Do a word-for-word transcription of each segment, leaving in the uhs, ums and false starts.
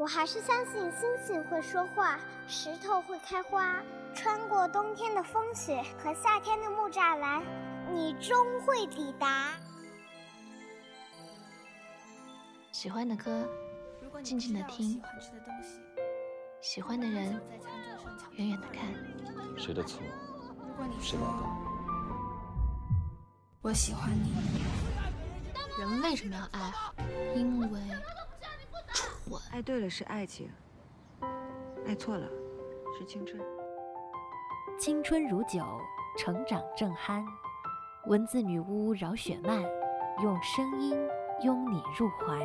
我还是相信星星会说话，石头会开花。穿过冬天的风雪和夏天的木栅栏，你终会抵达。 喜欢的歌，静静的听；喜欢的人，远远的看。 谁的错？谁来的？ 我喜欢你。 人为什么要爱好？因为蠢。 爱对了是爱情，爱错了是青春。 青春如酒，成长正酣。文字女巫饶雪漫，用声音拥你入怀。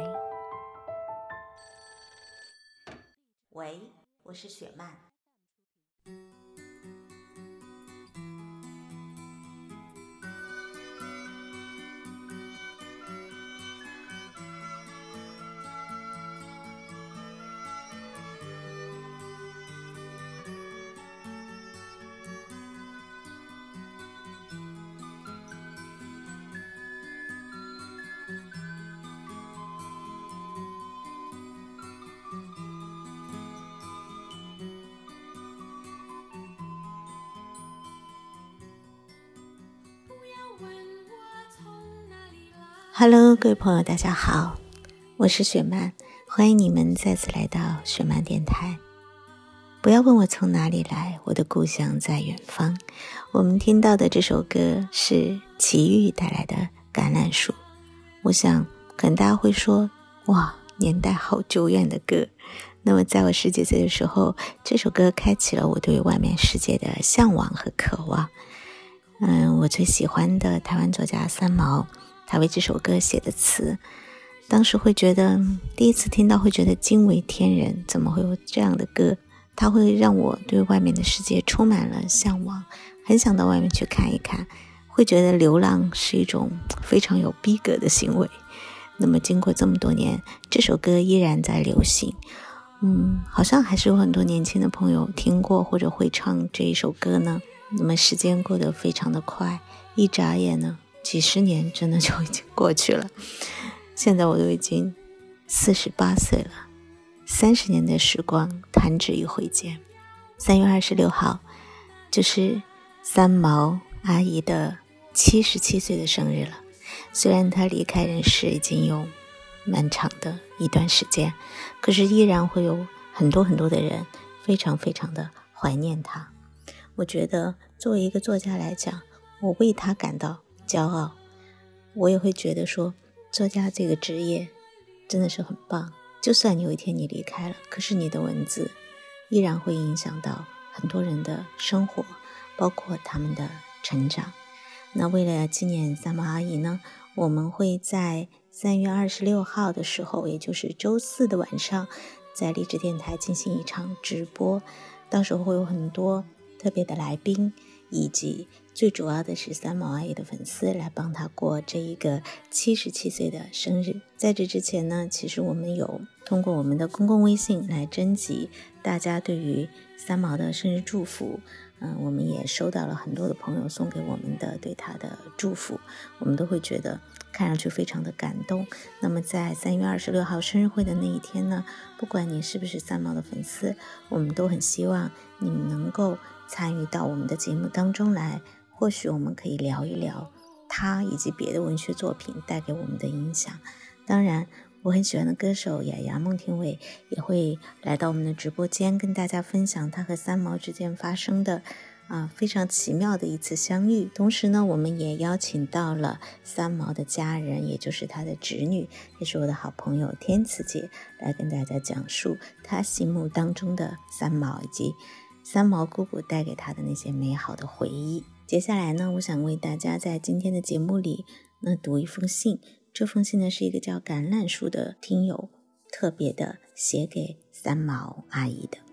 喂，我是雪漫。Hello， 各位朋友，大家好，我是雪漫，欢迎你们再次来到雪漫电台。不要问我从哪里来，我的故乡在远方。我们听到的这首歌是齐豫带来的《橄榄树》。我想可能大家会说，哇，年代好久远的歌。那么在我十几岁的时候，这首歌开启了我对外面世界的向往和渴望。嗯，我最喜欢的台湾作家三毛，他为这首歌写的词，当时会觉得第一次听到会觉得惊为天人，怎么会有这样的歌？它会让我对外面的世界充满了向往，很想到外面去看一看，会觉得流浪是一种非常有逼格的行为。那么经过这么多年，这首歌依然在流行，嗯，好像还是有很多年轻的朋友听过或者会唱这一首歌呢。那么时间过得非常的快，一眨眼呢几十年真的就已经过去了。现在我都已经四十八岁了，三十年的时光弹指一挥间。三月二十六号就是三毛阿姨的七十七岁的生日了。虽然她离开人世已经有蛮长的一段时间，可是依然会有很多很多的人非常非常的怀念她。我觉得作为一个作家来讲，我为她感到骄傲。我也会觉得说，作家这个职业真的是很棒。就算有一天你离开了，可是你的文字依然会影响到很多人的生活，包括他们的成长。那为了纪念三毛阿姨呢，我们会在三月二十六号的时候，也就是周四的晚上，在励志电台进行一场直播。到时候会有很多特别的来宾，以及最主要的是三毛阿姨的粉丝来帮她过这一个七十七岁的生日。在这之前呢，其实我们有通过我们的公共微信来征集大家对于三毛的生日祝福。嗯，我们也收到了很多的朋友送给我们的对她的祝福，我们都会觉得看上去非常的感动。那么在三月二十六号生日会的那一天呢，不管你是不是三毛的粉丝，我们都很希望你们能够参与到我们的节目当中来，或许我们可以聊一聊他以及别的文学作品带给我们的影响。当然我很喜欢的歌手雅雅孟庭苇也会来到我们的直播间，跟大家分享他和三毛之间发生的啊非常奇妙的一次相遇。同时呢，我们也邀请到了三毛的家人，也就是他的侄女，也是我的好朋友天慈姐，来跟大家讲述他心目当中的三毛，以及三毛姑姑带给他的那些美好的回忆。接下来呢，我想为大家在今天的节目里呢读一封信。这封信呢是一个叫橄榄树的听友特别的写给三毛阿姨的。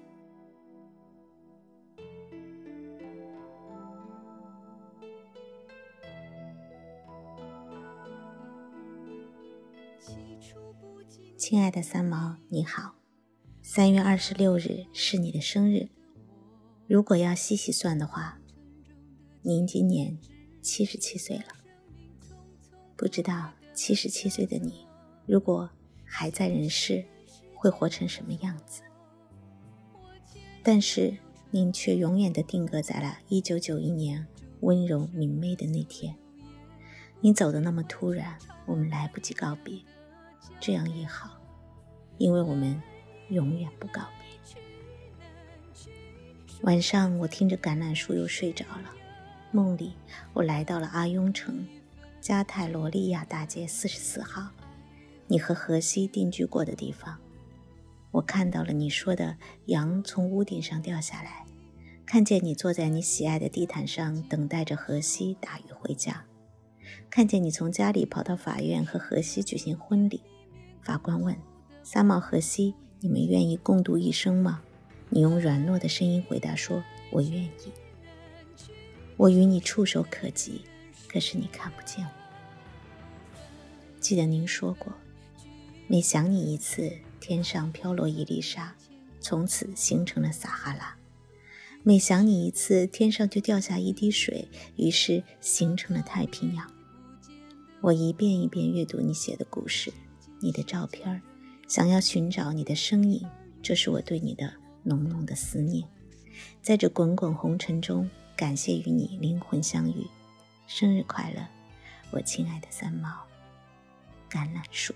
亲爱的三毛，你好，三月二十六日是你的生日。如果要细细算的话，您今年七十七岁了。不知道七十七岁的你，如果还在人世， 会活成什么样子。但是您却永远地定格在了一九九一年温柔明媚的那天。你走得那么突然，我们来不及告别，这样也好，因为我们永远不告别。晚上我听着橄榄树又睡着了，梦里我来到了阿雍城加泰罗利亚大街四十四号，你和荷西定居过的地方。我看到了你说的羊从屋顶上掉下来，看见你坐在你喜爱的地毯上等待着荷西打鱼回家，看见你从家里跑到法院和荷西举行婚礼。法官问三毛荷西，你们愿意共度一生吗？你用软糯的声音回答说，我愿意。我与你触手可及，可是你看不见我。记得您说过，每想你一次，天上飘落一粒沙，从此形成了撒哈拉。每想你一次，天上就掉下一滴水，于是形成了太平洋。我一遍一遍阅读你写的故事，你的照片，想要寻找你的身影，这是我对你的浓浓的思念。在这滚滚红尘中，感谢与你灵魂相遇。生日快乐，我亲爱的三毛。橄榄树。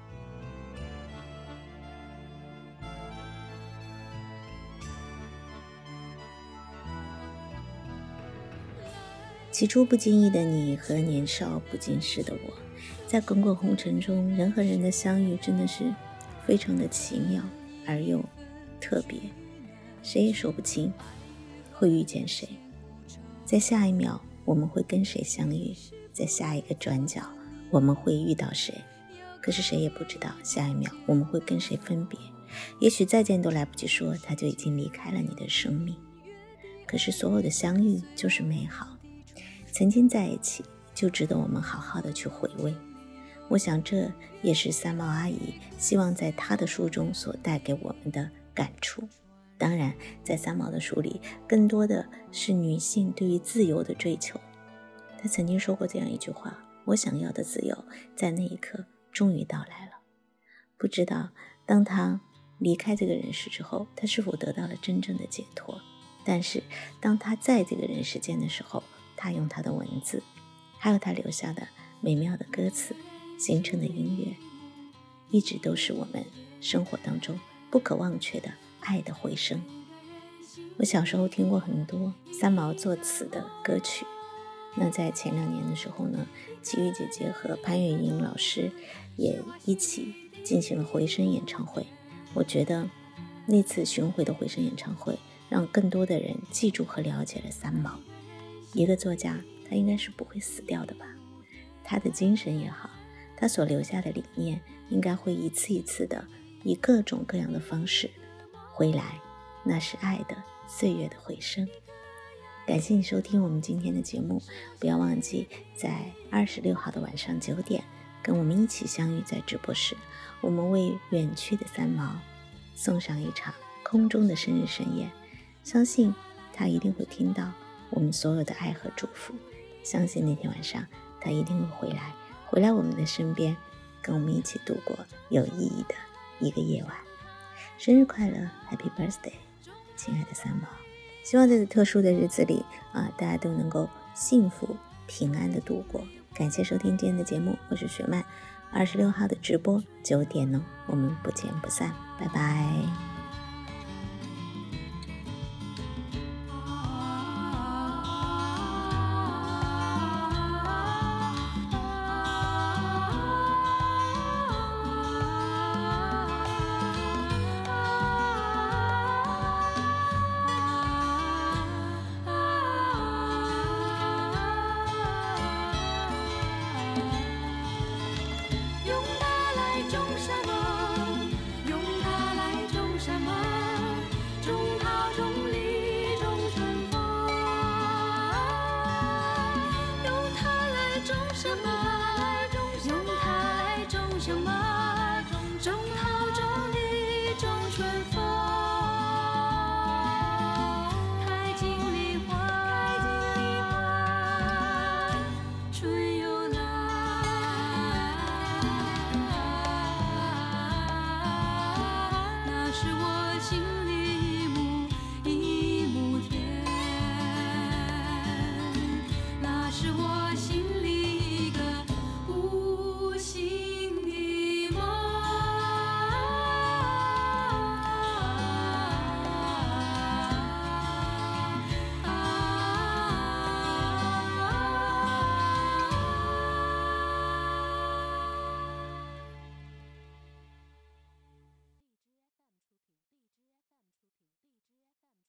起初不经意的你和年少不经事的我，在滚滚红尘中，人和人的相遇真的是非常的奇妙而又特别，谁也说不清会遇见谁。在下一秒我们会跟谁相遇，在下一个转角我们会遇到谁，可是谁也不知道下一秒我们会跟谁分别。也许再见都来不及说，他就已经离开了你的生命。可是所有的相遇就是美好，曾经在一起就值得我们好好的去回味。我想这也是三毛阿姨希望在她的书中所带给我们的感触。当然在三毛的书里更多的是女性对于自由的追求。她曾经说过这样一句话，我想要的自由在那一刻终于到来了。不知道当她离开这个人世之后，她是否得到了真正的解脱，但是当她在这个人世间的时候，她用她的文字还有她留下的美妙的歌词形成的音乐，一直都是我们生活当中不可忘却的爱的回声。我小时候听过很多三毛作词的歌曲，那在前两年的时候呢，齐豫姐姐和潘越云老师也一起进行了回声演唱会。我觉得那次巡回的回声演唱会让更多的人记住和了解了三毛。一个作家他应该是不会死掉的吧，他的精神也好，他所留下的理念应该会一次一次的以各种各样的方式回来，那是爱的岁月的回声。感谢你收听我们今天的节目，不要忘记在二十六号的晚上九点跟我们一起相遇在直播室，我们为远去的三毛送上一场空中的生日盛宴，相信他一定会听到我们所有的爱和祝福，相信那天晚上他一定会回来回来我们的身边，跟我们一起度过有意义的一个夜晚。生日快乐 Happy Birthday 亲爱的三毛，希望在这特殊的日子里啊，大家都能够幸福平安的度过。感谢收听今天的节目，我是雪漫。二十六号的直播九点哦，我们不见不散，拜拜。